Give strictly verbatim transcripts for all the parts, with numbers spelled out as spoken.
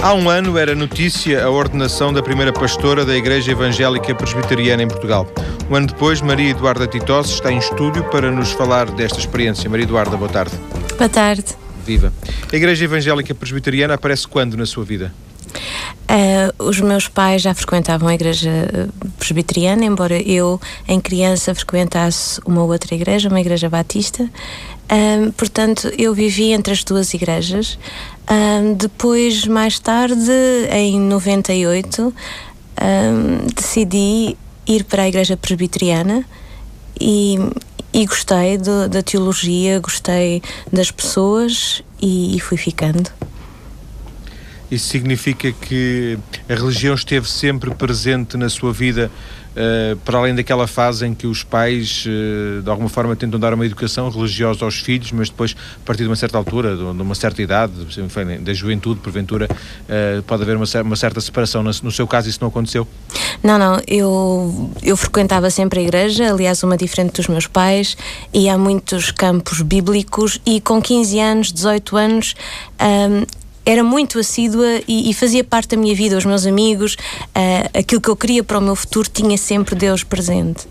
Há um ano era notícia a ordenação da primeira pastora da Igreja Evangélica Presbiteriana em Portugal. Um ano depois, Maria Eduarda Titós está em estúdio para nos falar desta experiência. Maria Eduarda, boa tarde. Boa tarde. Viva. A Igreja Evangélica Presbiteriana aparece quando na sua vida? Uh, os meus pais já frequentavam a Igreja Presbiteriana, embora eu, em criança, frequentasse uma outra igreja, uma igreja batista. Uh, portanto, eu vivi entre as duas igrejas. Uh, depois, mais tarde, em noventa e oito, uh, decidi ir para a Igreja Presbiteriana e, e gostei do, da teologia, gostei das pessoas e, e fui ficando. Isso significa que a religião esteve sempre presente na sua vida, uh, para além daquela fase em que os pais, uh, de alguma forma, tentam dar uma educação religiosa aos filhos, mas depois, a partir de uma certa altura, de uma certa idade, da juventude, porventura, uh, pode haver uma, uma certa separação. No seu caso, isso não aconteceu? Não, não. Eu, eu frequentava sempre a igreja, aliás, uma diferente dos meus pais, e há muitos campos bíblicos, e com quinze anos, dezoito anos... Um, era muito assídua e, e fazia parte da minha vida, os meus amigos, uh, aquilo que eu queria para o meu futuro, tinha sempre Deus presente.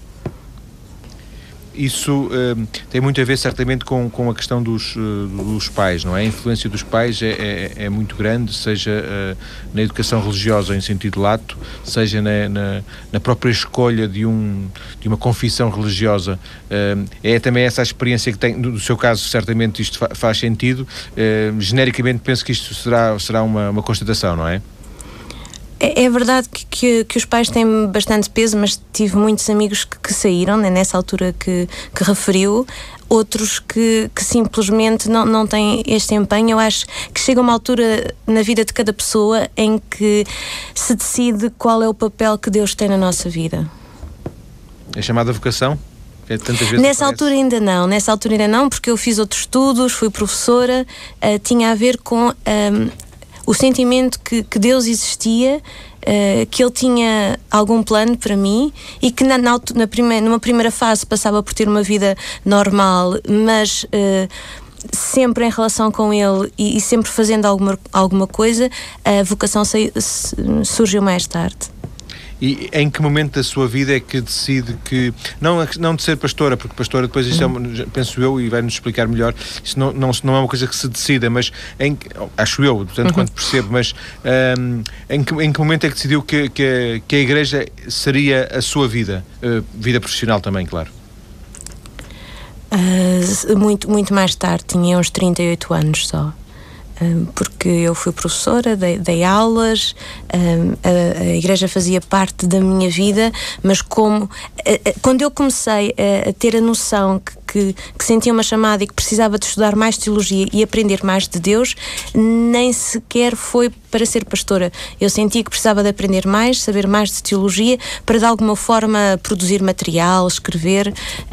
Isso uh, tem muito a ver certamente com, com a questão dos, uh, dos pais, não é? A influência dos pais é, é, é muito grande, seja uh, na educação religiosa em sentido lato, seja na, na, na própria escolha de, um, de uma confissão religiosa. Uh, é também essa a experiência que tem, no seu caso certamente isto fa- faz sentido. Uh, genericamente penso que isto será, será uma, uma constatação, não é? É, é verdade que, que, que os pais têm bastante peso, mas tive muitos amigos que, que saíram, né, nessa altura que, que referiu, outros que, que simplesmente não, não têm este empenho. Eu acho que chega uma altura na vida de cada pessoa em que se decide qual é o papel que Deus tem na nossa vida. É chamada vocação? É tantas vezes nessa altura ainda não, nessa altura ainda não, porque eu fiz outros estudos, fui professora, uh, tinha a ver com... Um, o sentimento que, que Deus existia, uh, que Ele tinha algum plano para mim e que na, na, na primeira, numa primeira fase passava por ter uma vida normal, mas uh, sempre em relação com Ele e, e sempre fazendo alguma, alguma coisa. A vocação se, se, surgiu mais tarde. E em que momento da sua vida é que decide que, não, não de ser pastora, porque pastora depois isto é, penso eu, e vai-nos explicar melhor, isto não, não, não é uma coisa que se decida, mas em, acho eu, tanto uhum. quanto percebo, mas um, em, que, em que momento é que decidiu que, que, a, que a igreja seria a sua vida, uh, vida profissional também, claro? Uh, muito, muito mais tarde, tinha uns trinta e oito anos só. Porque eu fui professora, dei, dei aulas, a, a igreja fazia parte da minha vida, mas como quando eu comecei a, a ter a noção que, que, que sentia uma chamada e que precisava de estudar mais teologia e aprender mais de Deus, nem sequer foi para ser pastora. Eu sentia que precisava de aprender mais, saber mais de teologia, para de alguma forma produzir material, escrever.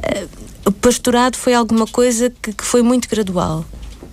O pastorado foi alguma coisa que, que foi muito gradual.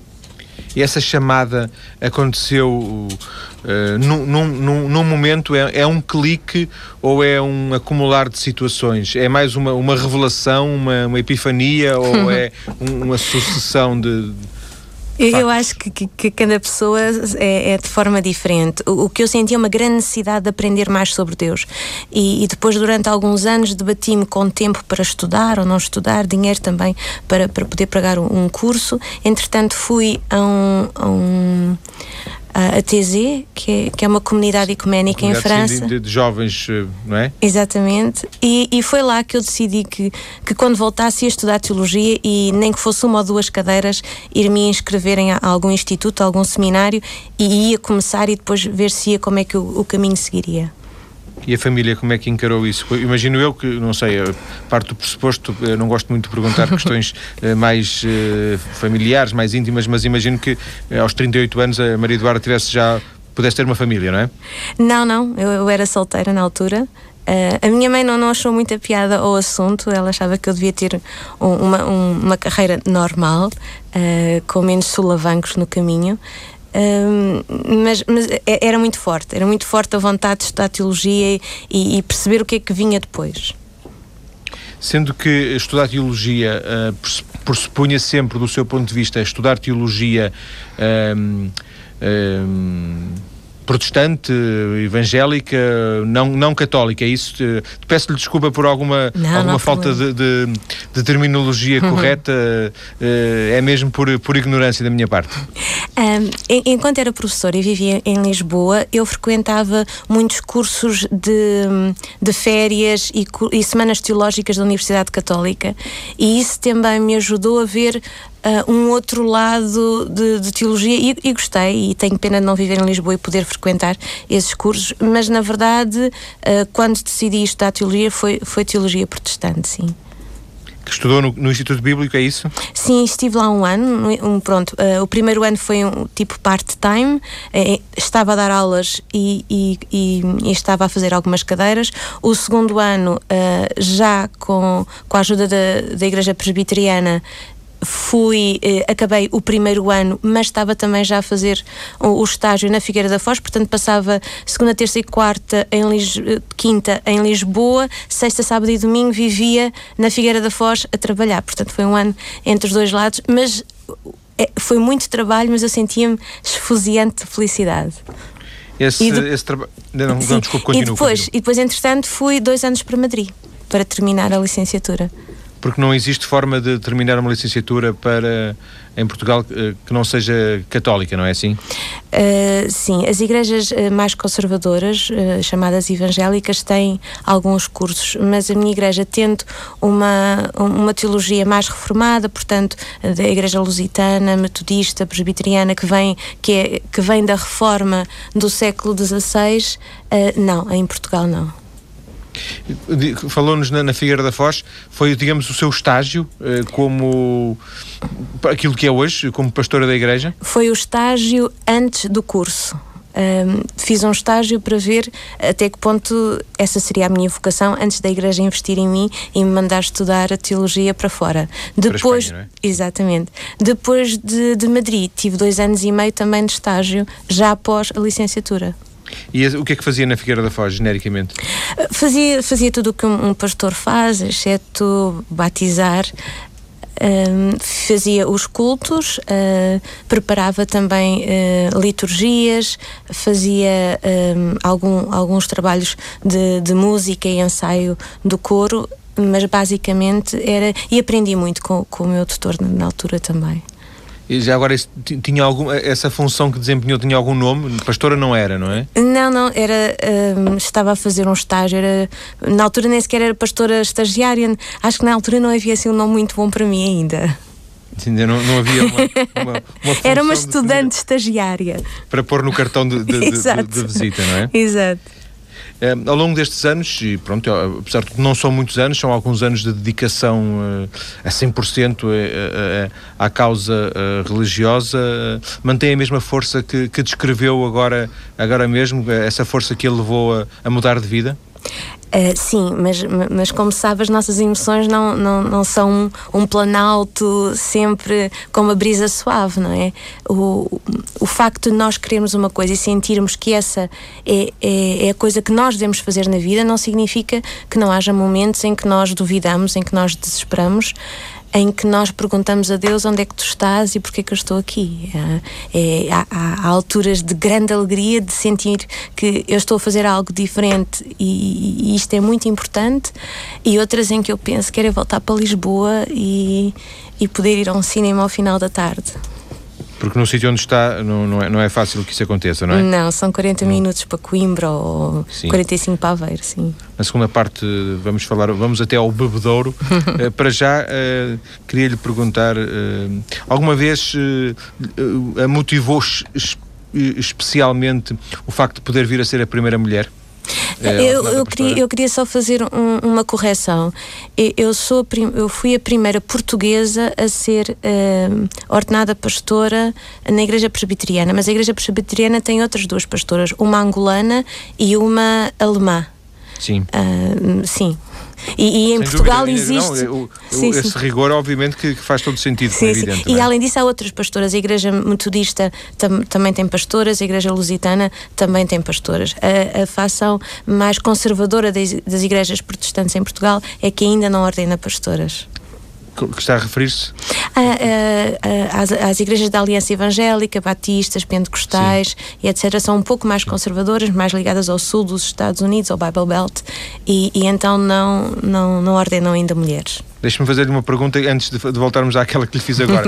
E essa chamada aconteceu uh, num, num, num momento, é, é um clique ou é um acumular de situações? É mais uma, uma revelação, uma, uma epifania ou é um, uma sucessão de... Eu, eu acho que, que, que cada pessoa é, é de forma diferente. O, o que eu senti é uma grande necessidade de aprender mais sobre Deus. E, e depois, durante alguns anos, debati-me com tempo para estudar ou não estudar, dinheiro também para, para poder pagar um, um curso. Entretanto, fui a um... A um a T Z, que é, que é uma comunidade ecuménica em França. De, de jovens, não é? Exatamente. E, e foi lá que eu decidi que, que quando voltasse ia estudar teologia e nem que fosse uma ou duas cadeiras, ir-me inscrever em algum instituto, algum seminário e ia começar e depois ver se ia, como é que o, o caminho seguiria. E a família, como é que encarou isso? Imagino eu que, não sei, parte do pressuposto, eu não gosto muito de perguntar questões mais uh, familiares, mais íntimas, mas imagino que uh, aos trinta e oito anos a Maria Eduarda tivesse já, pudesse ter uma família, não é? Não, não, eu, eu era solteira na altura. Uh, a minha mãe não, não achou muita piada ao assunto, ela achava que eu devia ter um, uma, um, uma carreira normal, uh, com menos solavancos no caminho. Um, mas, mas era muito forte, era muito forte a vontade de estudar teologia e, e perceber o que é que vinha depois. Sendo que estudar teologia uh, pressupunha sempre, do seu ponto de vista, estudar teologia um, um, protestante, evangélica, não, não católica, é isso? Te peço-lhe desculpa por alguma, não, alguma não falta de, de, de terminologia uhum. correta, é mesmo por, por ignorância da minha parte. Um, enquanto era professora e vivia em Lisboa, eu frequentava muitos cursos de, de férias e, e semanas teológicas da Universidade Católica, e isso também me ajudou a ver Uh, um outro lado de, de teologia e, e gostei, e tenho pena de não viver em Lisboa e poder frequentar esses cursos, mas na verdade uh, quando decidi estudar teologia foi, foi teologia protestante, sim. Que estudou no, no Instituto Bíblico, é isso? Sim, estive lá um ano, um, pronto, uh, o primeiro ano foi um tipo part-time, uh, estava a dar aulas e, e, e, e estava a fazer algumas cadeiras. O segundo ano, uh, já com, com a ajuda da, da Igreja Presbiteriana, fui, eh, acabei o primeiro ano, mas estava também já a fazer o, o estágio na Figueira da Foz, portanto passava segunda, terça e quarta em Lis, quinta em Lisboa, sexta, sábado e domingo vivia na Figueira da Foz a trabalhar, portanto foi um ano entre os dois lados, mas é, foi muito trabalho, mas eu sentia-me esfuziante de felicidade. Esse, de... esse trabalho... Não, não, não, desculpe, continue, e depois, continue. E depois, entretanto, fui dois anos para Madrid, para terminar a licenciatura. Porque não existe forma de terminar uma licenciatura para, em Portugal que não seja católica, não é assim? Uh, sim, as igrejas uh, mais conservadoras, uh, chamadas evangélicas, têm alguns cursos, mas a minha igreja, tendo uma, uma teologia mais reformada, portanto, da igreja lusitana, metodista, presbiteriana, que vem, que é, que vem da reforma do século dezasseis, uh, não, em Portugal não. Falou-nos na, na Figueira da Foz, foi, digamos, o seu estágio eh, como aquilo que é hoje, como pastora da igreja? Foi o estágio antes do curso. Um, fiz um estágio para ver até que ponto essa seria a minha vocação antes da igreja investir em mim e me mandar estudar a teologia para fora. Depois, para a Espanha, não é? Exatamente. Depois de, de Madrid, tive dois anos e meio também de estágio, já após a licenciatura. E o que é que fazia na Figueira da Foz, genericamente? Fazia, fazia tudo o que um, um pastor faz, exceto batizar. Um, fazia os cultos, uh, preparava também uh, liturgias, fazia um, algum, alguns trabalhos de, de música e ensaio do coro, mas basicamente era... E aprendi muito com, com o meu tutor na altura também. E já agora, tinha algum, essa função que desempenhou tinha algum nome? Pastora não era, não é? Não, não, era, um, estava a fazer um estágio, era, na altura nem sequer era pastora estagiária, acho que na altura não havia assim um nome muito bom para mim ainda. Ainda não, não havia uma, uma, uma Era uma estudante estagiária. Para pôr no cartão de, de, de, de, de visita, não é? Exato. Uh, ao longo destes anos, e pronto, apesar de que não são muitos anos, são alguns anos de dedicação uh, a cem por cento uh, uh, à causa uh, religiosa, uh, mantém a mesma força que, que descreveu agora, agora mesmo, essa força que ele levou a, a mudar de vida? Uh, sim, mas, mas como sabe, as nossas emoções não, não, não são um, um planalto sempre com uma brisa suave, não é? O, o facto de nós querermos uma coisa e sentirmos que essa é, é, é a coisa que nós devemos fazer na vida não significa que não haja momentos em que nós duvidamos, em que nós desesperamos, em que nós perguntamos a Deus onde é que tu estás e porque é que eu estou aqui. É, é, há, há alturas de grande alegria de sentir que eu estou a fazer algo diferente e, e isto é muito importante, e outras em que eu penso que quero voltar para Lisboa e, e poder ir a um cinema ao final da tarde. Porque no sítio onde está não, não, é, não é fácil que isso aconteça, não é? Não, são quarenta minutos para Coimbra ou sim. quarenta e cinco para Aveiro, sim. Na segunda parte vamos falar, vamos até ao bebedouro. uh, para já, uh, queria-lhe perguntar, uh, alguma vez uh, a motivou es- especialmente o facto de poder vir a ser a primeira mulher? É, eu, eu, queria, eu queria só fazer um, uma correção. Eu, sou, eu fui a primeira portuguesa a ser uh, ordenada pastora na Igreja Presbiteriana, mas a Igreja Presbiteriana tem outras duas pastoras, uma angolana e uma alemã. Sim. Uh, sim. E, e em Sem Portugal dúvida, existe... Não, eu, eu, sim, esse sim. rigor, obviamente, que, que faz todo sentido, sim, é sim. evidente. E não é? além disso há outras pastoras. A Igreja Metodista tam, também tem pastoras, a Igreja Lusitana também tem pastoras. A, a facção mais conservadora das, das igrejas protestantes em Portugal é que ainda não ordena pastoras. Que está a referir-se? Ah, ah, ah, as, as igrejas da Aliança Evangélica, batistas, pentecostais, sim, e etcétera, são um pouco mais conservadoras, mais ligadas ao sul dos Estados Unidos, ao Bible Belt, e, e então não, não, não ordenam ainda mulheres. Deixe-me fazer-lhe uma pergunta antes de, de voltarmos àquela que lhe fiz agora.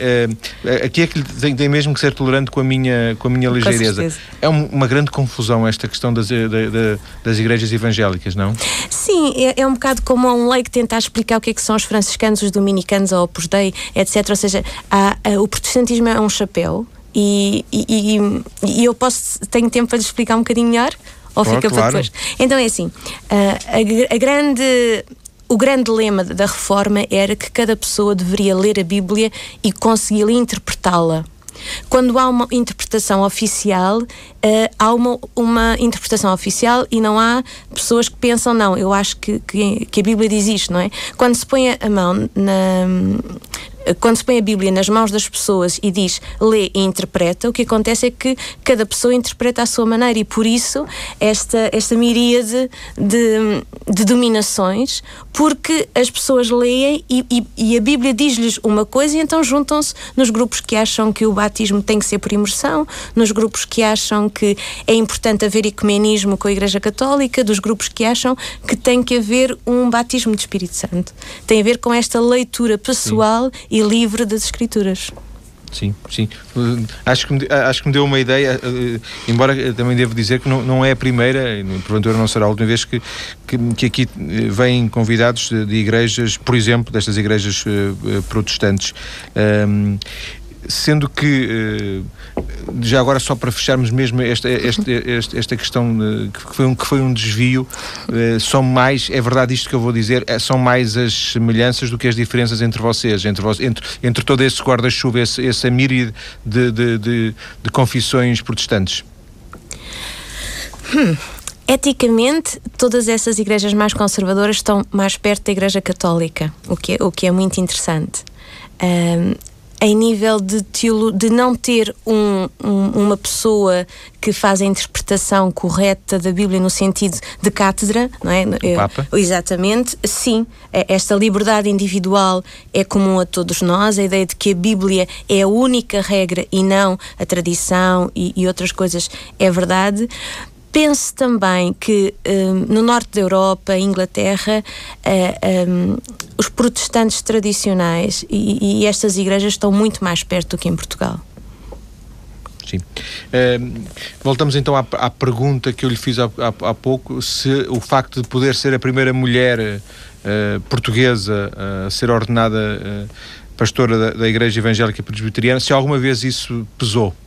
uh, aqui é que tem, tem mesmo que ser tolerante com a minha, com a minha ligeireza. É um, uma grande confusão esta questão das, de, de, das igrejas evangélicas, não? Sim, é, é um bocado como um leigo tentar explicar o que é que são os franciscanos, os dominicanos, a Opus Dei, etcétera. Ou seja, há, há, o protestantismo é um chapéu e, e, e, e eu posso, tenho tempo para lhe explicar um bocadinho melhor? Ou claro, fica claro. para depois? Então é assim, a, a grande... O grande lema da reforma era que cada pessoa deveria ler a Bíblia e conseguir interpretá-la. Quando há uma interpretação oficial, uh, há uma, uma interpretação oficial e não há pessoas que pensam, não, eu acho que, que, que a Bíblia diz isto, não é? Quando se põe a mão na... Quando se põe a Bíblia nas mãos das pessoas e diz lê e interpreta, o que acontece é que cada pessoa interpreta à sua maneira, e por isso esta, esta miríade de, de dominações, porque as pessoas leem e, e, e a Bíblia diz-lhes uma coisa e então juntam-se nos grupos que acham que o batismo tem que ser por imersão, nos grupos que acham que é importante haver ecumenismo com a Igreja Católica, dos grupos que acham que tem que haver um batismo de Espírito Santo. Tem a ver com esta leitura pessoal, sim, e livre das Escrituras. Sim, sim. Uh, acho, que me, acho que me deu uma ideia, uh, embora também devo dizer que não, não é a primeira, e porventura não será a última vez que, que, que aqui vêm convidados de, de igrejas, por exemplo, destas igrejas uh, protestantes. Um, Sendo que, já agora só para fecharmos mesmo esta, esta, esta, esta questão que foi, um, que foi um desvio, são mais, é verdade isto que eu vou dizer, são mais as semelhanças do que as diferenças entre vocês, entre, entre, entre todo esse guarda-chuva, esse, essa míriade de, de, de, de confissões protestantes. Hum. Eticamente, todas essas igrejas mais conservadoras estão mais perto da Igreja Católica, o que é, o que é muito interessante. Um, em nível de, teolo, de não ter um, um, uma pessoa que faz a interpretação correta da Bíblia no sentido de cátedra, não é? O Papa? Exatamente, sim. Esta liberdade individual é comum a todos nós, a ideia de que a Bíblia é a única regra e não a tradição e, e outras coisas é verdade. Penso também que um, no norte da Europa, Inglaterra, uh, um, os protestantes tradicionais e, e estas igrejas estão muito mais perto do que em Portugal. Sim. Uh, voltamos então à, à pergunta que eu lhe fiz há, há, há pouco, se o facto de poder ser a primeira mulher uh, portuguesa a ser ordenada uh, pastora da, da Igreja Evangélica Presbiteriana, se alguma vez isso pesou?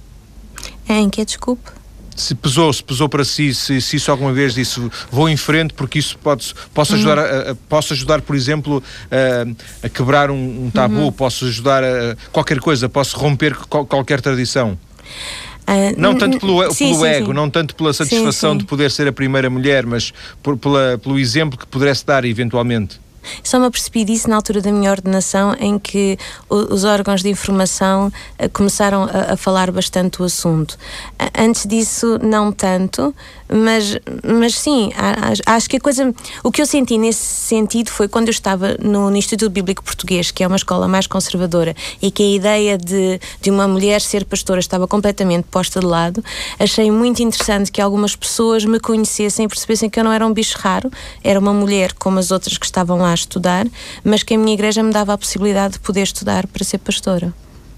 Em que, desculpe? Se pesou, se pesou para si, se, se isso alguma vez disse, vou em frente porque isso pode, posso, ajudar a, a, posso ajudar, por exemplo, a, a quebrar um, um tabu, uhum. posso ajudar a qualquer coisa, posso romper qual, qualquer tradição. Uh, não tanto pelo, sim, pelo sim, ego, sim. não tanto pela satisfação sim, sim. de poder ser a primeira mulher, mas por, pela, pelo exemplo que pudesse dar eventualmente. Só me apercebi disso na altura da minha ordenação, em que o, os órgãos de informação uh, começaram a, a falar bastante do assunto. Uh, antes disso, não tanto, mas, mas sim, a, a, acho que a coisa... O que eu senti nesse sentido foi quando eu estava no, no Instituto Bíblico Português, que é uma escola mais conservadora, e que a ideia de, de uma mulher ser pastora estava completamente posta de lado. Achei muito interessante que algumas pessoas me conhecessem e percebessem que eu não era um bicho raro, era uma mulher como as outras que estavam lá a estudar, mas que a minha igreja me dava a possibilidade de poder estudar para ser pastora.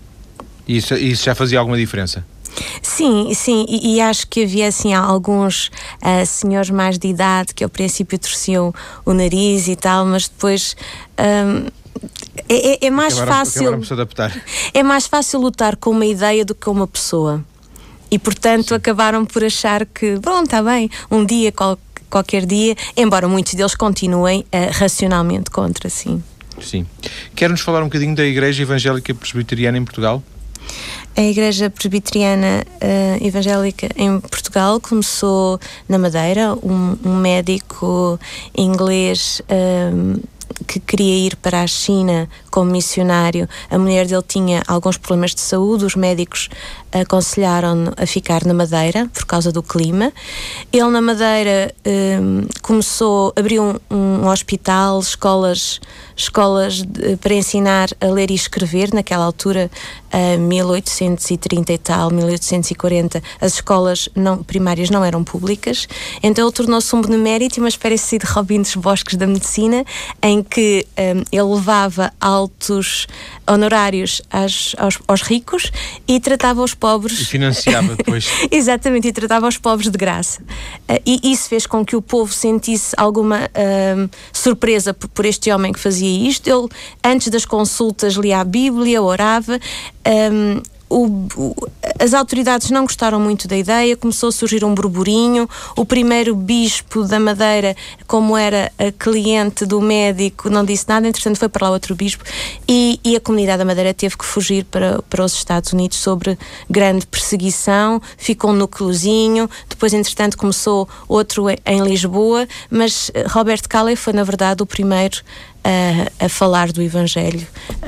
E isso, isso já fazia alguma diferença? Sim, sim, e, e acho que havia assim alguns uh, senhores mais de idade que ao princípio torciam o nariz e tal, mas depois um, é, é, é mais acabaram, fácil acabaram se adaptar. É mais fácil lutar com uma ideia do que com uma pessoa, e portanto sim. acabaram por achar que, bom, está bem, um dia qual, qualquer dia, embora muitos deles continuem uh, racionalmente contra, sim. Sim. Quer-nos falar um bocadinho da Igreja Evangélica Presbiteriana em Portugal? A Igreja Presbiteriana uh, Evangélica em Portugal começou na Madeira. Um, um médico inglês uh, que queria ir para a China como missionário. A mulher dele tinha alguns problemas de saúde, os médicos aconselharam-no a ficar na Madeira por causa do clima. Ele na Madeira um, começou, abriu um, um hospital, escolas, escolas de, para ensinar a ler e escrever. Naquela altura, uh, mil oitocentos e trinta e tal, mil oitocentos e quarenta, as escolas não, primárias não eram públicas, então ele tornou-se um benemérito, uma espécie de Robin dos Bosques da medicina, em que um, ele levava altos honorários às, aos, aos ricos e tratava os pobres... E financiava depois. Exatamente, e tratava os pobres de graça. Uh, e isso fez com que o povo sentisse alguma uh, surpresa por, por este homem que fazia isto. Ele, antes das consultas, lia a Bíblia, orava... Um, O, o, as autoridades não gostaram muito da ideia, começou a surgir um burburinho. O primeiro bispo da Madeira, como era a cliente do médico, não disse nada, entretanto foi para lá outro bispo e, e a comunidade da Madeira teve que fugir para, para os Estados Unidos sobre grande perseguição, ficou um núcleozinho, depois entretanto começou outro em Lisboa, mas Robert Calley foi na verdade o primeiro A, a falar do Evangelho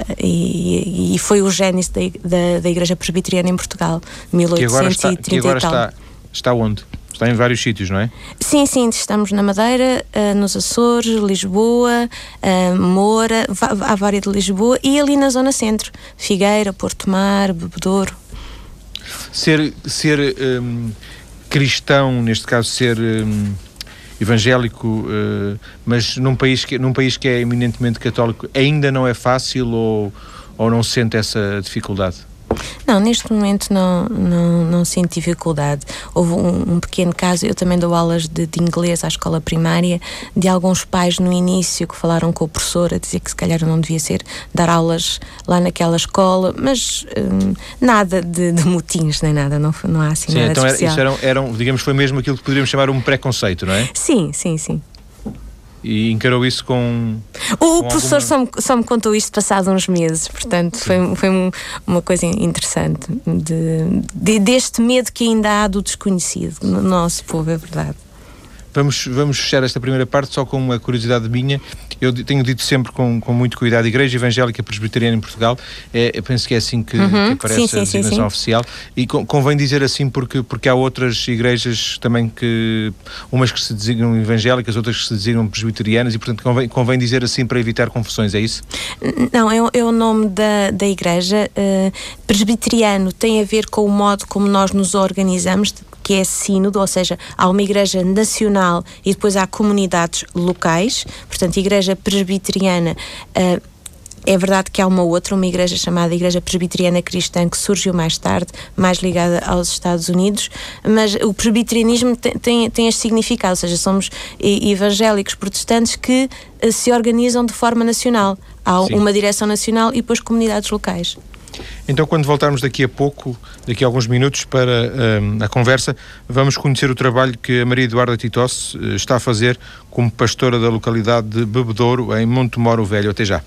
e, e foi o gênese da, da, da Igreja Presbiteriana em Portugal, mil oitocentos e trinta que agora está, e tal. Está, está onde? Está em vários sítios, não é? Sim, sim, estamos na Madeira, uh, nos Açores, Lisboa, uh, Moura, há várias de Lisboa e ali na zona centro, Figueira, Porto Mar, Bebedouro. Ser, ser um, cristão, neste caso ser... Um, evangélico, uh, mas num país, que, num país que é eminentemente católico, ainda não é fácil ou, ou não sente essa dificuldade? Não, neste momento não, não, não sinto dificuldade. Houve um, um pequeno caso, eu também dou aulas de, de inglês à escola primária, de alguns pais no início que falaram com o professor a dizer que se calhar não devia ser dar aulas lá naquela escola, mas hum, nada de, de motins nem nada, não, não há assim sim, nada então especial. Isso eram, eram, digamos, foi mesmo aquilo que poderíamos chamar um preconceito, não é? Sim, sim, sim. E encarou isso com... O com professor alguma... só, me, só me contou isto passado uns meses, portanto foi, foi um, uma coisa interessante de, de, deste medo que ainda há do desconhecido no nosso povo, é verdade. Vamos, vamos fechar esta primeira parte só com uma curiosidade minha. Eu tenho dito sempre com, com muito cuidado, Igreja Evangélica Presbiteriana em Portugal, é, eu penso que é assim que, uhum, que aparece sim, a sim, designação sim, sim. oficial, e convém dizer assim porque, porque há outras igrejas também que, umas que se designam evangélicas, outras que se designam presbiterianas, e portanto convém, convém dizer assim para evitar confusões, é isso? Não, é, é o nome da, da igreja. Uh, presbiteriano tem a ver com o modo como nós nos organizamos, que é sínodo, ou seja, há uma igreja nacional e depois há comunidades locais. Portanto, a igreja presbiteriana, uh, é verdade que há uma outra, uma igreja chamada Igreja Presbiteriana Cristã, que surgiu mais tarde, mais ligada aos Estados Unidos, mas o presbiterianismo tem, tem, tem este significado, ou seja, somos evangélicos protestantes que uh, se organizam de forma nacional. Há Sim. uma direção nacional e depois comunidades locais. Então, quando voltarmos daqui a pouco, daqui a alguns minutos para um, a conversa, vamos conhecer o trabalho que a Maria Eduarda Titosse uh, está a fazer como pastora da localidade de Bebedouro, em Montemoro Velho. Até já.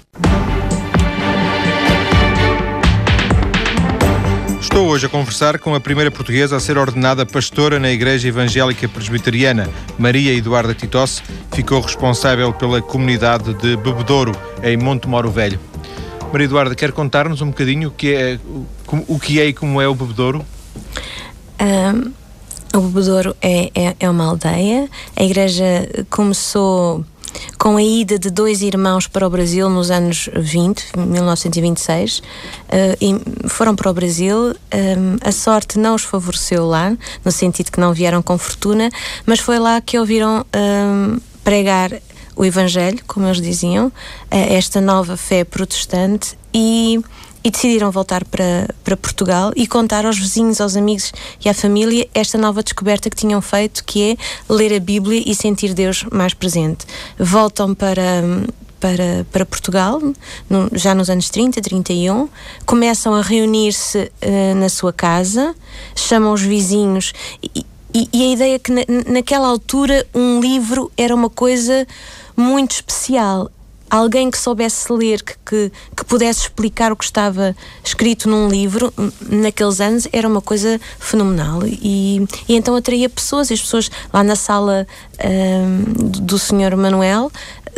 Estou hoje a conversar com a primeira portuguesa a ser ordenada pastora na Igreja Evangélica Presbiteriana. Maria Eduarda Titosse ficou responsável pela comunidade de Bebedouro, em Montemoro Velho. Maria Eduarda, quer contar-nos um bocadinho o que é, o que é e como é o Bebedouro? Um, o Bebedouro é, é, é uma aldeia. A igreja começou com a ida de dois irmãos para o Brasil nos anos vinte, mil novecentos e vinte e seis, uh, e foram para o Brasil. Um, a sorte não os favoreceu lá, no sentido que não vieram com fortuna, mas foi lá que ouviram um, pregar o Evangelho, como eles diziam, esta nova fé protestante, e, e decidiram voltar para, para Portugal e contar aos vizinhos, aos amigos e à família esta nova descoberta que tinham feito, que é ler a Bíblia e sentir Deus mais presente. Voltam para, para, para Portugal, no, já nos anos trinta, trinta e um, começam a reunir-se uh, na sua casa, chamam os vizinhos e, e, e a ideia é que na, naquela altura um livro era uma coisa muito especial. Alguém que soubesse ler, que, que, que pudesse explicar o que estava escrito num livro, naqueles anos, era uma coisa fenomenal. E, e então atraía pessoas, e as pessoas lá na sala um, do senhor Manuel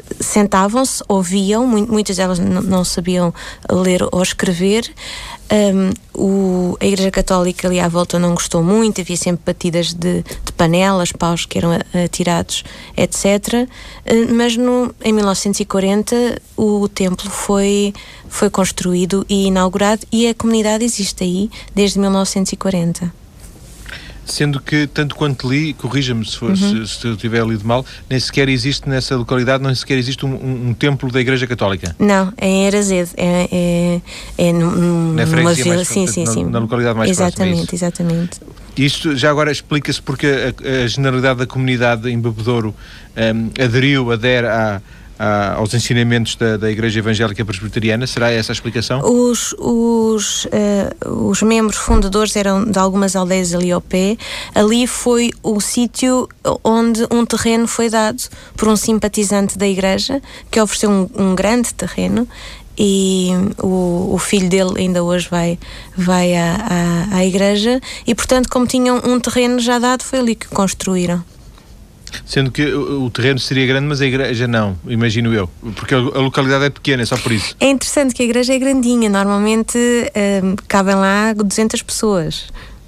sentavam-se, ouviam, muitas delas não sabiam ler ou escrever. Um, o, a Igreja Católica ali à volta não gostou muito, havia sempre batidas de, de panelas, paus que eram atirados, etcétera. Uh, mas no, em mil novecentos e quarenta o, o templo foi, foi construído e inaugurado, e a comunidade existe aí desde mil novecentos e quarenta. Sendo que, tanto quanto li, corrija-me se, for, uhum. se, se eu tiver lido mal, nem sequer existe nessa localidade, nem sequer existe um, um, um templo da Igreja Católica. Não, é em Arazedo, é, é, é num, na numa vila, mais, sim, sim, na, sim. na localidade mais exatamente, próxima. Exatamente, exatamente. Isto já agora explica-se porque a, a generalidade da comunidade em Bebedouro um, aderiu, adere à, à, aos ensinamentos da, da Igreja Evangélica Presbiteriana. Será essa a explicação? Os, os, uh, os membros fundadores eram de algumas aldeias ali ao pé. Ali foi o sítio onde um terreno foi dado por um simpatizante da Igreja, que ofereceu um, um grande terreno. E o, o filho dele ainda hoje vai, vai à, à, à igreja, e portanto, como tinham um terreno já dado, foi ali que construíram. Sendo que o, o terreno seria grande, mas a igreja não, imagino eu, porque a, a localidade é pequena, é só por isso. É interessante que a igreja é grandinha, normalmente um, cabem lá duzentas pessoas.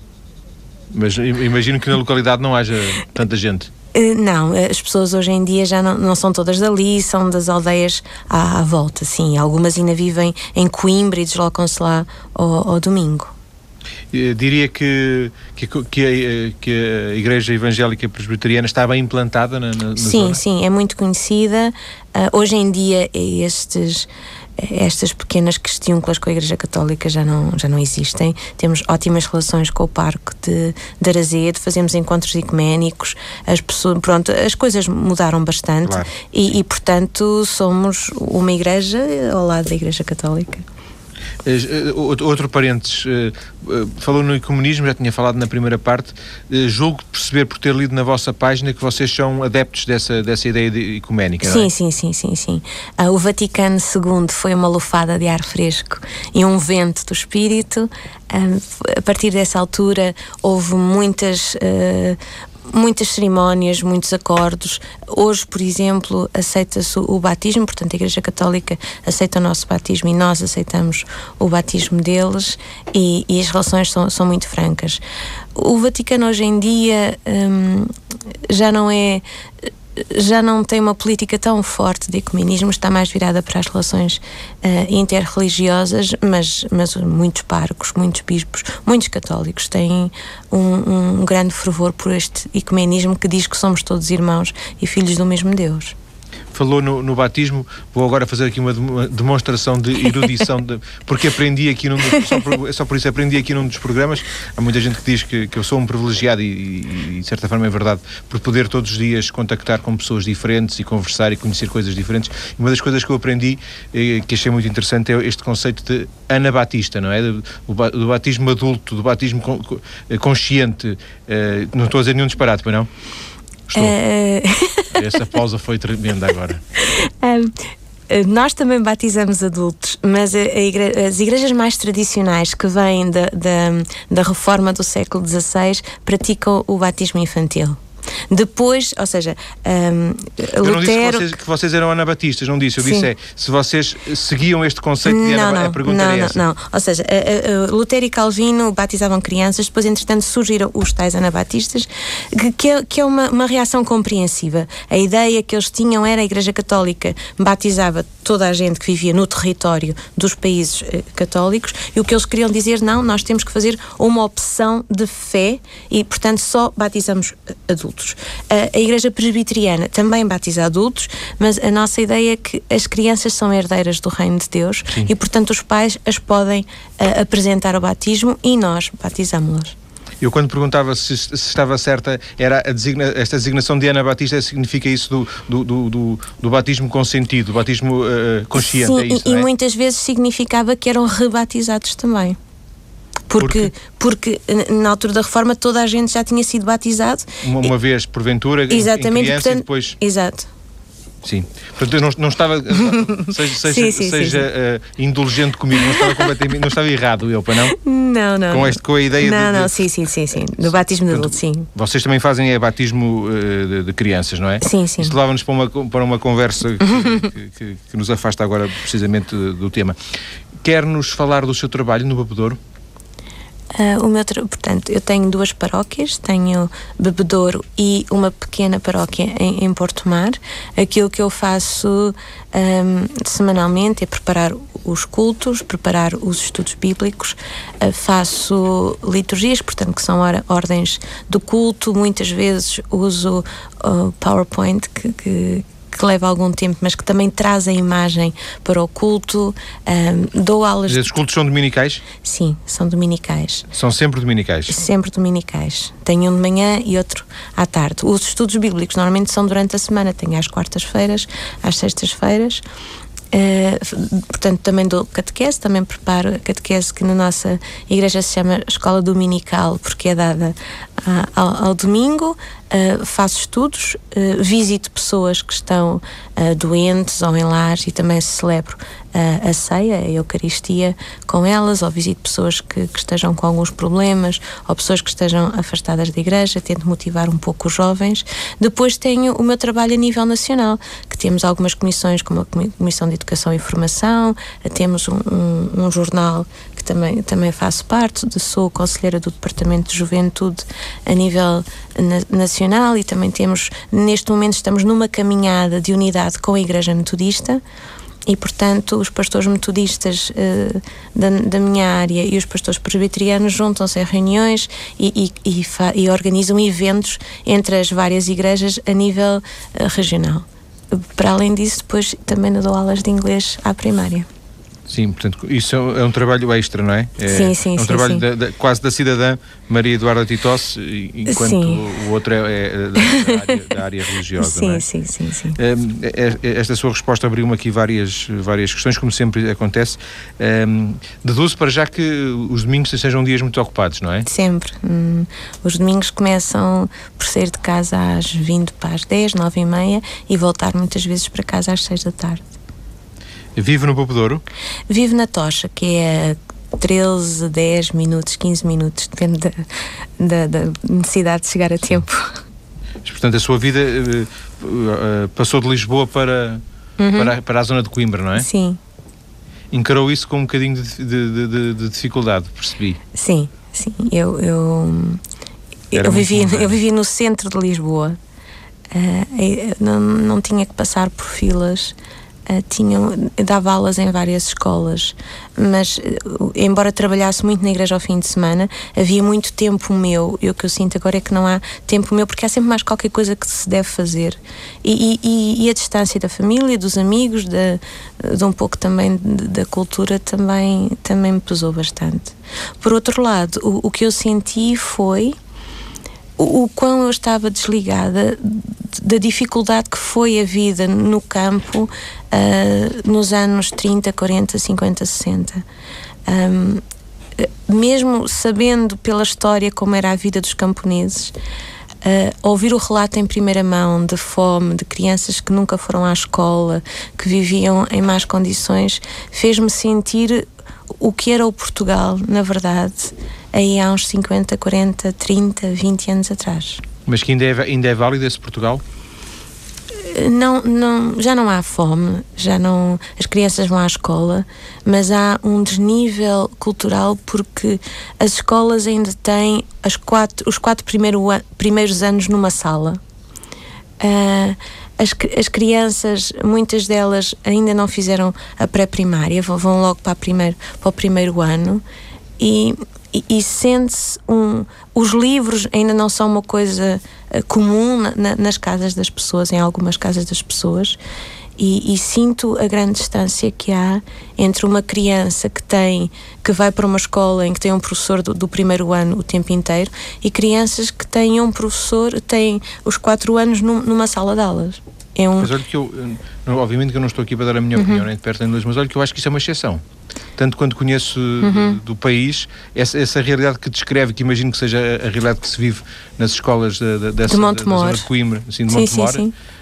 Mas imagino que na localidade não haja tanta gente. Uh, não, as pessoas hoje em dia já não, não são todas dali, são das aldeias à, à volta, sim. Algumas ainda vivem em Coimbra e deslocam-se lá ao, ao domingo. Eu diria que, que, que, a, que a Igreja Evangélica Presbiteriana está bem implantada na, na sim, zona? Sim, é muito conhecida. Uh, hoje em dia estes... estas pequenas questões com a Igreja Católica já não, já não existem. Temos ótimas relações com o Parque de, de Arazedo, fazemos encontros ecuménicos, as pessoas, pronto, as coisas mudaram bastante. Claro. e, e, portanto, somos uma igreja ao lado da Igreja Católica. Outro parênteses, falou no ecumenismo, já tinha falado na primeira parte. Julgo perceber, por ter lido na vossa página, que vocês são adeptos dessa, dessa ideia de ecuménica, sim, não é? Sim, sim, sim, sim. O Vaticano segundo foi uma lufada de ar fresco e um vento do espírito. A partir dessa altura houve muitas... muitas cerimónias, muitos acordos. Hoje, por exemplo, aceita-se o batismo, portanto a Igreja Católica aceita o nosso batismo e nós aceitamos o batismo deles, e, e as relações são, são muito francas. O Vaticano hoje em dia hum, já não é... já não tem uma política tão forte de ecumenismo, está mais virada para as relações uh, interreligiosas, mas, mas muitos párocos, muitos bispos, muitos católicos têm um, um grande fervor por este ecumenismo que diz que somos todos irmãos e filhos do mesmo Deus. Falou no, no batismo, vou agora fazer aqui uma, uma demonstração de erudição, de, porque aprendi aqui num dos, só, por, só por isso aprendi aqui num dos programas. Há muita gente que diz que, que eu sou um privilegiado, e, e de certa forma é verdade, por poder todos os dias contactar com pessoas diferentes e conversar e conhecer coisas diferentes. E uma das coisas que eu aprendi, eh, que achei muito interessante, é este conceito de anabatista, não é? Do, do batismo adulto, do batismo con, consciente. Eh, não estou a dizer nenhum disparate, pois não? Estou. É... Essa pausa foi tremenda agora. Um, nós também batizamos adultos, mas a, a igre... as igrejas mais tradicionais que vêm da, da, da reforma do século dezasseis praticam o batismo infantil. Depois, ou seja, um, eu Lutero... não disse que vocês, que vocês eram anabatistas, não disse, eu Sim. disse é, se vocês seguiam este conceito de não, anabatistas, não, a pergunta não, era não, essa. Não, ou seja, a, a, Lutero e Calvino batizavam crianças, depois entretanto surgiram os tais anabatistas, que, que é, que é uma, uma reação compreensiva. A ideia que eles tinham era a Igreja Católica batizava toda a gente que vivia no território dos países eh, católicos, e o que eles queriam dizer, não, nós temos que fazer uma opção de fé e, portanto, só batizamos adultos. A, a Igreja Presbiteriana também batiza adultos, mas a nossa ideia é que as crianças são herdeiras do Reino de Deus. Sim. E, portanto, os pais as podem uh, apresentar ao batismo e nós batizamos-las. Eu, quando perguntava se, se estava certa, era a designa, esta designação de anabatista significa isso do, do, do, do, do batismo consentido, do batismo uh, consciente. Sim, é isso, e, não é? E muitas vezes significava que eram rebatizados também. Porque, porque na altura da reforma toda a gente já tinha sido batizado. Uma, uma vez, porventura, exatamente, em criança, portanto, e depois... Exato. Sim. Portanto, eu não, não estava, seja, seja, sim, sim, seja sim, sim. Uh, indulgente comigo, não estava completamente, não estava errado eu, para não? Não, não. Com, este, com a ideia não, de... Não, de, sim, sim, sim, sim. Do batismo de adulto, sim. Vocês também fazem é batismo uh, de, de crianças, não é? Sim, sim. Isto leva-nos para uma, para uma conversa que, que, que, que nos afasta agora precisamente do tema. Quer-nos falar do seu trabalho no Bebedouro? Uh, o meu tra... Portanto, eu tenho duas paróquias, tenho Bebedouro e uma pequena paróquia em, em Porto Mar. Aquilo que eu faço um, semanalmente é preparar os cultos, preparar os estudos bíblicos, uh, faço liturgias, portanto, que são or ordens do culto. Muitas vezes uso o PowerPoint que, que que leva algum tempo, mas que também traz a imagem para o culto. Um, dou aulas... Esses cultos são dominicais? Sim, são dominicais. São sempre dominicais? Sempre dominicais. Tenho um de manhã e outro à tarde. Os estudos bíblicos normalmente são durante a semana. Tenho às quartas-feiras, às sextas-feiras. Uh, portanto, também dou catequese, também preparo a catequese que na nossa igreja se chama Escola Dominical, porque é dada uh, ao, ao domingo. Uh, faço estudos, uh, visito pessoas que estão uh, doentes ou em lares e também celebro uh, a ceia, a Eucaristia com elas, ou visito pessoas que, que estejam com alguns problemas ou pessoas que estejam afastadas da igreja, tento motivar um pouco os jovens. Depois tenho o meu trabalho a nível nacional, que temos algumas comissões, como a Comissão de Educação e Formação, uh, temos um, um, um jornal que também, também faço parte, de, sou conselheira do Departamento de Juventude a nível na, nacional, e também temos, neste momento estamos numa caminhada de unidade com a Igreja Metodista, e portanto os pastores metodistas uh, da, da minha área e os pastores presbiterianos juntam-se em reuniões e, e, e, fa, e organizam eventos entre as várias igrejas a nível uh, regional. Para além disso, depois também dou aulas de inglês à primária. Sim, portanto, isso é um trabalho extra, não é? É sim, sim, é um sim, trabalho sim. Da, da, quase da cidadã Maria Eduarda Titoss, enquanto sim. o outro é, é da, da, área, da área religiosa, sim, não é? Sim, sim, sim. Um, esta sua resposta abriu-me aqui várias, várias questões, como sempre acontece. Um, deduzo para já que os domingos sejam dias muito ocupados, não é? Sempre. Hum, os domingos começam por sair de casa às vinte para as dez, nove e meia e voltar muitas vezes para casa às seis da tarde. Vive no Bebedouro? Vivo na Tocha, que é a treze, dez minutos, quinze minutos, depende da, da, da necessidade de chegar a tempo. Mas, portanto, a sua vida uh, uh, passou de Lisboa para, uhum. para, para a zona de Coimbra, não é? Sim. Encarou isso com um bocadinho de, de, de, de dificuldade, percebi. Sim, sim. Eu, eu, eu, vivi, eu vivi no centro de Lisboa. Uh, não, não tinha que passar por filas. Uh, tinham, dava aulas em várias escolas, mas uh, embora trabalhasse muito na igreja ao fim de semana, havia muito tempo meu, e o que eu sinto agora é que não há tempo meu, porque há sempre mais qualquer coisa que se deve fazer, e, e, e a distância da família, dos amigos, de, de um pouco também de, da cultura também, também me pesou bastante. Por outro lado, o, o que eu senti foi o, o quão eu estava desligada da dificuldade que foi a vida no campo uh, nos anos trinta, quarenta, cinquenta, sessenta. Um, mesmo sabendo pela história como era a vida dos camponeses, uh, ouvir o relato em primeira mão de fome, de crianças que nunca foram à escola, que viviam em más condições, fez-me sentir o que era o Portugal, na verdade, aí há uns cinquenta, quarenta, trinta, vinte anos atrás. Mas que ainda é, ainda é válido esse Portugal? Não, não, já não há fome, já não, as crianças vão à escola, mas há um desnível cultural porque as escolas ainda têm as quatro, os quatro primeiro, primeiros anos numa sala. Uh, as, as crianças, muitas delas ainda não fizeram a pré-primária, vão, vão logo para, a primeiro, para o primeiro ano e E, e sente-se um... Os livros ainda não são uma coisa uh, comum na, nas casas das pessoas, em algumas casas das pessoas, e, e sinto a grande distância que há entre uma criança que tem, que vai para uma escola em que tem um professor do, do primeiro ano o tempo inteiro, e crianças que têm um professor, têm os quatro anos num, numa sala de aulas. É um... Mas olha que eu, obviamente que eu não estou aqui para dar a minha uhum. opinião nem de perto nem de longe, mas olha que eu acho que isso é uma exceção. Tanto quanto conheço uhum. do, do país, essa, essa realidade que descreve, que imagino que seja a realidade que se vive nas escolas da, da, dessa, de Montemor. da, da zona de Coimbra, assim, de sim, Montemor, sim, sim.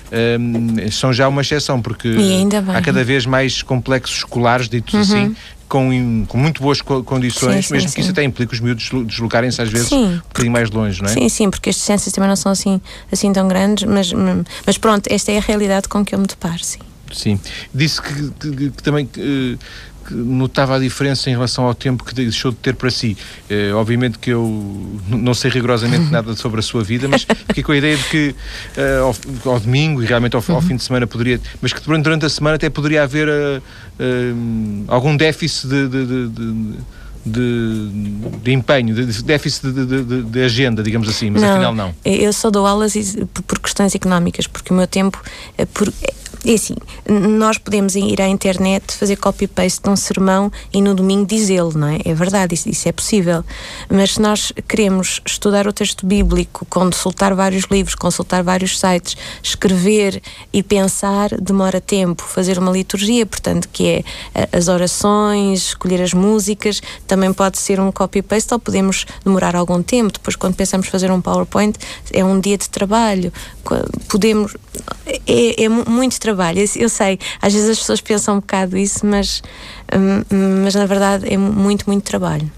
um, são já uma exceção, porque há cada vez mais complexos escolares, ditos uhum. assim, com, com muito boas condições, sim, mesmo sim, que isso sim. até implique os miúdos deslocarem-se às vezes sim. um bocadinho mais longe, não é? Sim, sim, porque as distâncias também não são assim, assim tão grandes, mas, mas pronto, esta é a realidade com que eu me deparo, sim. Sim. Disse que, que, que também... Que, notava a diferença em relação ao tempo que deixou de ter para si. Uh, obviamente que eu não sei rigorosamente nada sobre a sua vida, mas fiquei com a ideia de que uh, ao, ao domingo e realmente ao, ao fim de semana poderia, mas que durante, durante a semana até poderia haver uh, uh, algum déficit de, de, de, de De, de empenho, de déficit de, de, de, de agenda, digamos assim, mas não, afinal não. Eu só dou aulas por questões económicas, porque o meu tempo, por, é assim, nós podemos ir à internet, fazer copy-paste de um sermão e no domingo dizê-lo, não é? É verdade, isso, isso é possível. Mas se nós queremos estudar o texto bíblico, consultar vários livros, consultar vários sites, escrever e pensar, demora tempo. Fazer uma liturgia, portanto, que é as orações, escolher as músicas, também pode ser um copy-paste ou podemos demorar algum tempo. Depois, quando pensamos fazer um PowerPoint, é um dia de trabalho. Podemos... É, é muito trabalho. Eu sei, às vezes as pessoas pensam um bocado isso, mas, mas na verdade é muito, muito trabalho.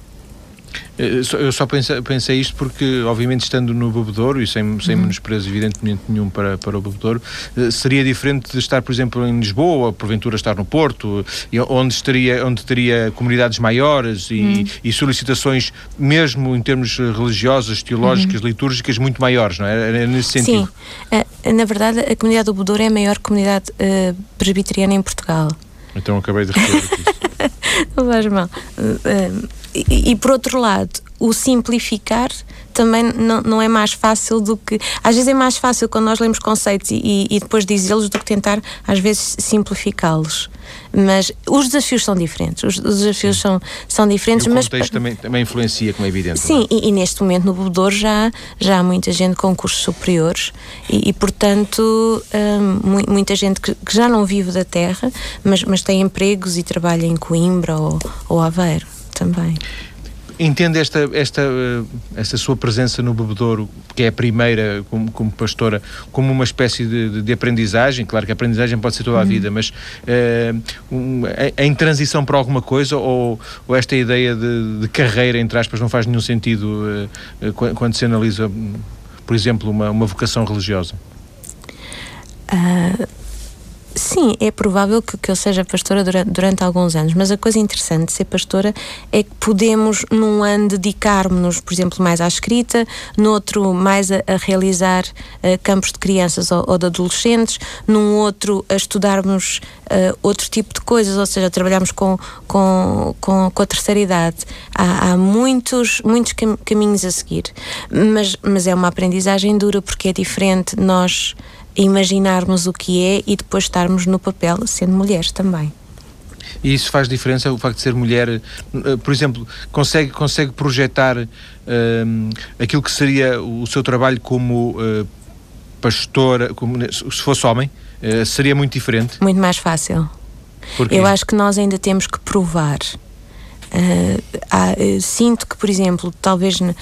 Eu só pensei, pensei isto porque, obviamente, estando no Bebedouro, e sem, sem uhum. menosprezo evidentemente nenhum para, para o Bebedouro, seria diferente de estar, por exemplo, em Lisboa, ou porventura estar no Porto, onde, estaria, onde teria comunidades maiores e, uhum. e solicitações, mesmo em termos religiosos, teológicas, uhum. litúrgicas, muito maiores, não é? Era nesse sentido. Sim. Na verdade, a comunidade do Bebedouro é a maior comunidade uh, presbiteriana em Portugal. Então acabei de referir aqui. Não faz mal. Uh, E, e por outro lado, o simplificar também não, não é mais fácil do que... Às vezes é mais fácil quando nós lemos conceitos e, e depois dizê-los do que tentar, às vezes, simplificá-los. Mas os desafios são diferentes. Os, os desafios são, são diferentes. E o mas contexto também, também influencia, como é evidente. Sim, é? e, e neste momento no Bebedouro já, já há muita gente com cursos superiores e, e portanto, hum, muita gente que, que já não vive da terra, mas, mas tem empregos e trabalha em Coimbra ou, ou Aveiro. Também. Entende esta, esta, esta sua presença no Bebedouro, que é a primeira como, como pastora, como uma espécie de, de aprendizagem? Claro que a aprendizagem pode ser toda a uhum. vida, mas uh, um, em transição para alguma coisa, ou, ou esta ideia de, de carreira, entre aspas, não faz nenhum sentido uh, quando se analisa, por exemplo, uma, uma vocação religiosa? Uh... Sim, é provável que, que eu seja pastora durante, durante alguns anos, mas a coisa interessante de ser pastora é que podemos num ano dedicar-nos, por exemplo, mais à escrita, no outro mais a, a realizar uh, campos de crianças ou, ou de adolescentes, num outro a estudarmos uh, outro tipo de coisas, ou seja, trabalharmos com, com, com, com a terceira idade. Há, há muitos, muitos cam- caminhos a seguir, mas, mas é uma aprendizagem dura porque é diferente nós imaginarmos o que é e depois estarmos no papel sendo mulheres também. E isso faz diferença, o facto de ser mulher, por exemplo, consegue, consegue projetar um, aquilo que seria o seu trabalho como uh, pastora, como, se fosse homem, uh, seria muito diferente? Muito mais fácil. Porquê? Eu acho que nós ainda temos que provar. Uh, há, uh, sinto que, por exemplo, talvez... Uh,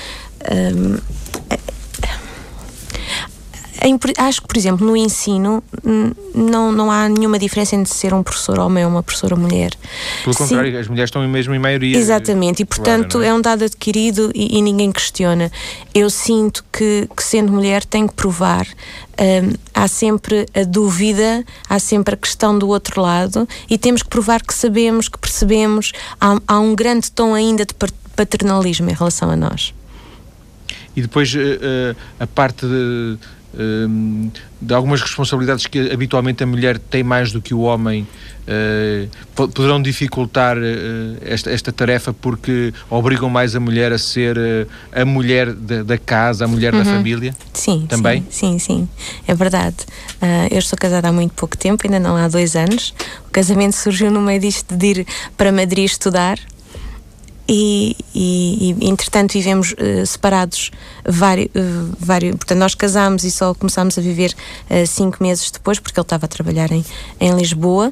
Em, acho que, por exemplo, no ensino não, não há nenhuma diferença entre ser um professor homem ou uma professora mulher. Pelo Sim. contrário, as mulheres estão mesmo em maioria. Exatamente, e portanto claro, é? é um dado adquirido e, e ninguém questiona. Eu sinto que, que sendo mulher tenho que provar. Um, há sempre a dúvida, há sempre a questão do outro lado e temos que provar que sabemos, que percebemos. Há, há um grande tom ainda de paternalismo em relação a nós. E depois uh, a parte de... de algumas responsabilidades que habitualmente a mulher tem mais do que o homem uh, poderão dificultar uh, esta, esta tarefa porque obrigam mais a mulher a ser uh, a mulher da, da casa, a mulher uhum. da família? Sim, também? Sim, sim, sim, é verdade. Uh, eu estou casada há muito pouco tempo, ainda não há dois anos. O casamento surgiu no meio disto de ir para Madrid estudar. E, e, e entretanto vivemos uh, separados vários, uh, vários, portanto nós casámos e só começámos a viver uh, cinco meses depois porque ele estava a trabalhar em, em Lisboa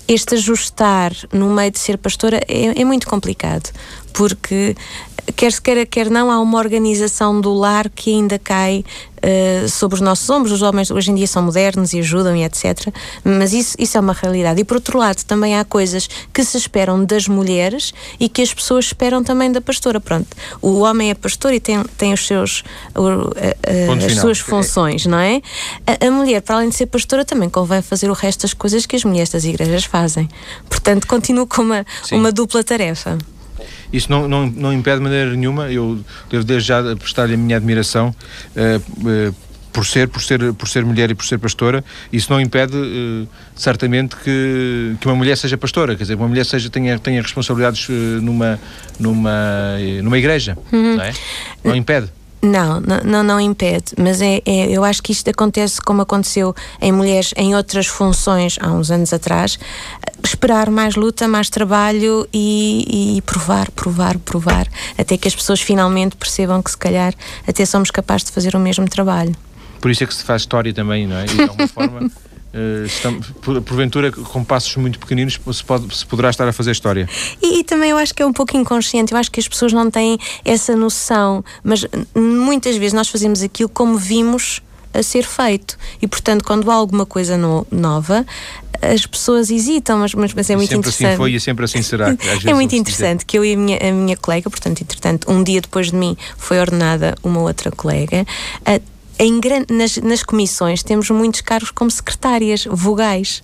este ajustar no meio de ser pastora é, é muito complicado, porque quer se queira, quer não, há uma organização do lar que ainda cai uh, sobre os nossos ombros. Os homens hoje em dia são modernos e ajudam e etcétera. Mas isso, isso é uma realidade. E por outro lado, também há coisas que se esperam das mulheres e que as pessoas esperam também da pastora. Pronto, o homem é pastor e tem, tem os seus, uh, uh, as suas funções, não é? A, a mulher, para além de ser pastora, também convém fazer o resto das coisas que as mulheres das igrejas fazem. Portanto, continua com uma, uma dupla tarefa. Isso não, não, não impede de maneira nenhuma. Eu devo desde já prestar-lhe a minha admiração uh, uh, por, ser, por, ser, por ser mulher e por ser pastora. Isso não impede uh, certamente que, que uma mulher seja pastora, quer dizer, uma mulher seja, tenha, tenha responsabilidades uh, numa, numa, numa igreja, uhum. não é? Não impede. Não, não, não impede, mas é, é, eu acho que isto acontece como aconteceu em mulheres em outras funções há uns anos atrás. Esperar mais luta, mais trabalho e, e provar, provar, provar, até que as pessoas finalmente percebam que se calhar até somos capazes de fazer o mesmo trabalho. Por isso é que se faz história também, não é? E de alguma forma... Uh, estamos, por, porventura, com passos muito pequeninos, se, pode, se poderá estar a fazer história. E, e também eu acho que é um pouco inconsciente. Eu acho que as pessoas não têm essa noção, mas muitas vezes nós fazemos aquilo como vimos a ser feito. E, portanto, quando há alguma coisa no, nova, as pessoas hesitam, mas, mas, mas é muito sempre interessante. Assim foi e sempre assim será. Às vezes é muito interessante que eu e a minha, a minha colega, portanto, entretanto, um dia depois de mim foi ordenada uma outra colega. Uh, Em, nas, nas comissões temos muitos cargos como secretárias, vogais.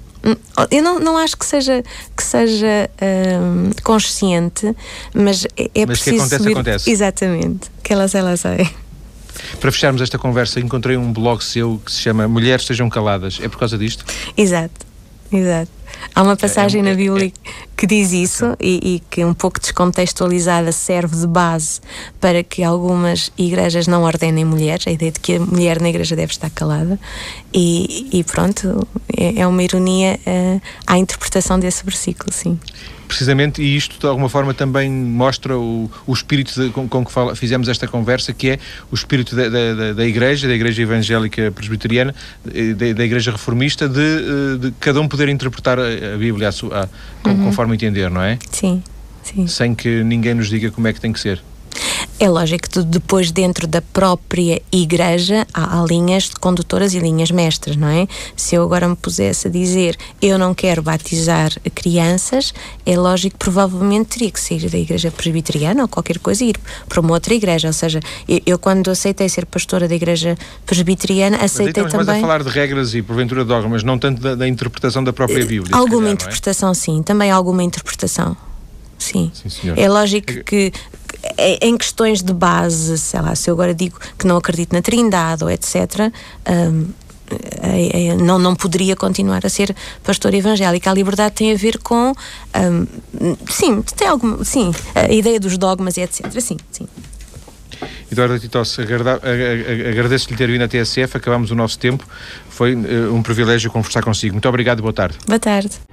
Eu não, não acho que seja, que seja hum, consciente, mas é, é mas preciso que acontece, subir... acontece. Exatamente, que elas, elas é. Para fecharmos esta conversa, encontrei um blog seu que se chama Mulheres Sejam Caladas. É por causa disto? Exato, exato. Há uma passagem é, é, na Bíblia é, que diz isso é. e, e que um pouco descontextualizada serve de base para que algumas igrejas não ordenem mulheres, a ideia de que a mulher na igreja deve estar calada e, e pronto, é, é uma ironia uh, à interpretação desse versículo, sim. Precisamente, e isto de alguma forma também mostra o, o espírito de, com, com que fala, fizemos esta conversa, que é o espírito da, da, da igreja, da igreja evangélica presbiteriana, da, da igreja reformista, de, de cada um poder interpretar a, a Bíblia a sua, a, uhum. conforme entender, não é? Sim, sim. Sem que ninguém nos diga como é que tem que ser. É lógico que depois dentro da própria igreja há, há linhas de condutoras e linhas mestras, não é? Se eu agora me pusesse a dizer eu não quero batizar crianças, é lógico que provavelmente teria que sair da igreja presbiteriana ou qualquer coisa e ir para uma outra igreja, ou seja, eu, eu quando aceitei ser pastora da igreja presbiteriana, aceitei mas também... Mas a falar de regras e porventura dogmas, não tanto da, da interpretação da própria Bíblia. Alguma calhar, interpretação, é? Sim, também alguma interpretação, sim. Sim, senhor. É lógico que em questões de base, sei lá, se eu agora digo que não acredito na Trindade ou etcétera, um, é, é, não, não poderia continuar a ser pastora evangélica. A liberdade tem a ver com, um, sim, tem alguma, sim, a ideia dos dogmas e etcétera. Sim, sim. Eduarda Titosse, agradeço-lhe ter vindo à T S F, acabamos o nosso tempo, foi uh, um privilégio conversar consigo. Muito obrigado e boa tarde. Boa tarde.